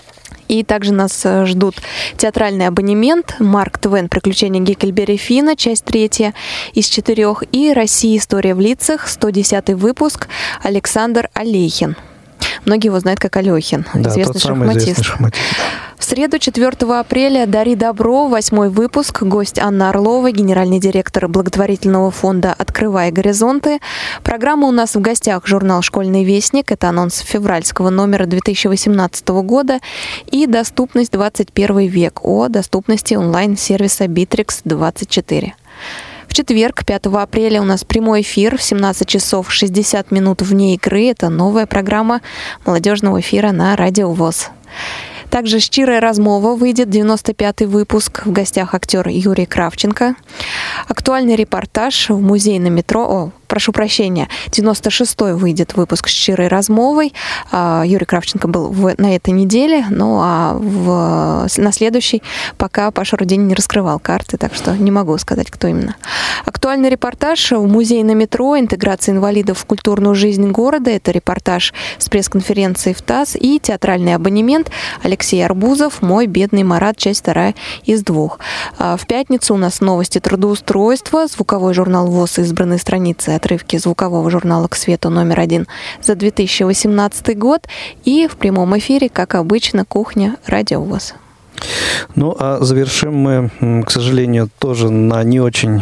Speaker 3: И также нас ждут театральный абонемент, Марк Твен, «Приключения Гекльберри Финна», часть 3 из 4, и «Россия. История в лицах», 110 выпуск, Александр Алейхин. Многие его знают как Алехин,
Speaker 4: да,
Speaker 3: известный шахматист. В среду, 4 апреля, «Дари добро», 8 выпуск. Гость Анна Орлова, генеральный директор благотворительного фонда «Открывай горизонты». Программа у нас в гостях журнал «Школьный вестник». Это анонс февральского номера 2018 года. И «Доступность 21 век» о доступности онлайн-сервиса Bittrex 24. В четверг, 5 апреля, у нас прямой эфир в 17 часов 60 минут вне игры. Это новая программа молодежного эфира на Радио ВОС. Также «Щирая размова» выйдет, 95-й выпуск. В гостях актер Юрий Кравченко. Актуальный репортаж в музей на метро. 96-й выйдет выпуск с «Щирой размовой». Юрий Кравченко был на этой неделе, ну а на следующий пока Паша Рудень не раскрывал карты, так что не могу сказать, кто именно. Актуальный репортаж в музей на метро, интеграция инвалидов в культурную жизнь города. Это репортаж с пресс-конференции в ТАСС и театральный абонемент Алексей Арбузов «Мой бедный Марат», часть 2 из 2. В пятницу у нас новости трудоустройства, звуковой журнал ВОС, избранные страницы, отрывки звукового журнала «К свету» номер 1 за 2018 год. И в прямом эфире, как обычно, «Кухня. Радио ВОС».
Speaker 4: Ну, а завершим мы, к сожалению, тоже на не очень...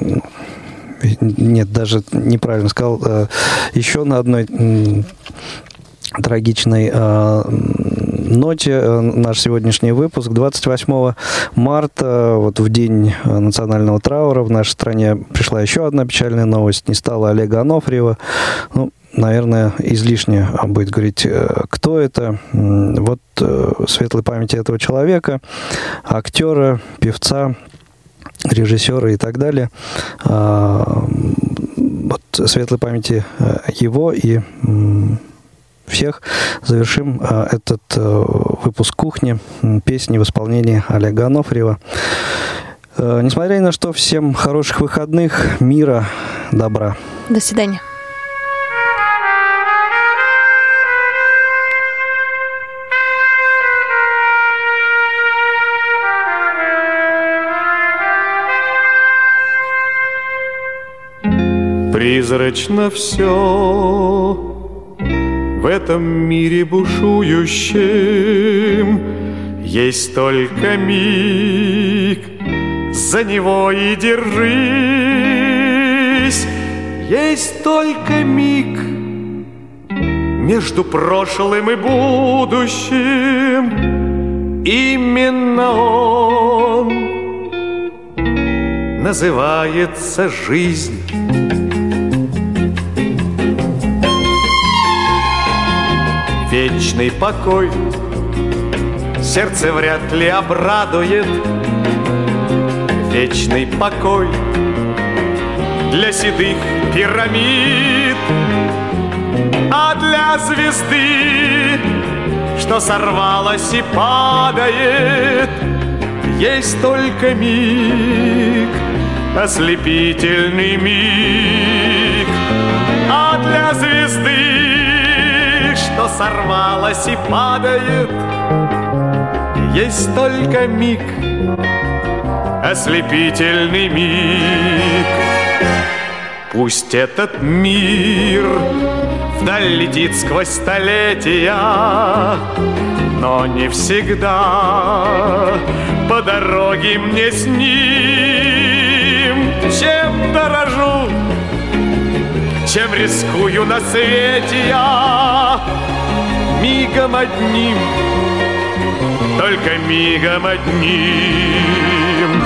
Speaker 4: Нет, даже неправильно сказал. Еще на одной трагичной ноте наш сегодняшний выпуск. 28 марта, вот в день национального траура, в нашей стране пришла еще одна печальная новость. Не стало Олега Анофриева. Ну, наверное, излишне будет говорить, кто это. Вот светлой памяти этого человека, актера, певца, режиссера и так далее. Вот светлой памяти его и всех завершим этот выпуск «Кухни» песни в исполнении Олега Анофриева. Несмотря ни на что, всем хороших выходных, мира, добра.
Speaker 3: До свидания.
Speaker 12: Призрачно все в этом мире бушующем, есть только миг, за него и держись. Есть только миг между прошлым и будущим, именно он называется жизнь. Вечный покой сердце вряд ли обрадует. Вечный покой для седых пирамид, а для звезды, что сорвалась и падает, есть только миг, ослепительный миг. А для звезды, что сорвалась и падает, есть только миг, ослепительный миг. Пусть этот мир вдаль летит сквозь столетия, но не всегда по дороге мне с ним. Чем дорожу, чем рискую на свете я, мигом одним, только мигом одним.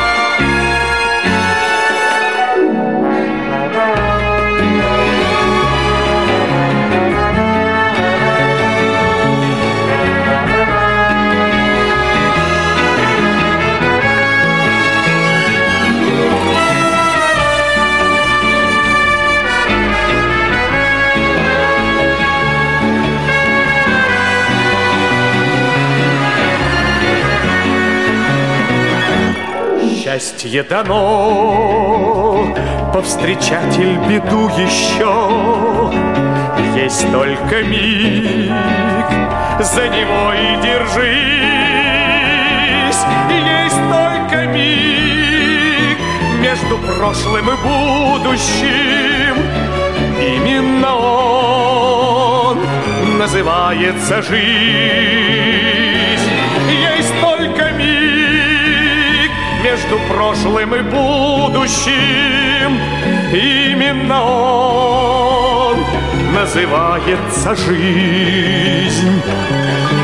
Speaker 12: Счастье дано, повстречатель беду еще. Есть только миг, за него и держись. Есть только миг между прошлым и будущим. Именно он называется жизнь. Есть только миг между прошлым и будущим. Именно он называется жизнь.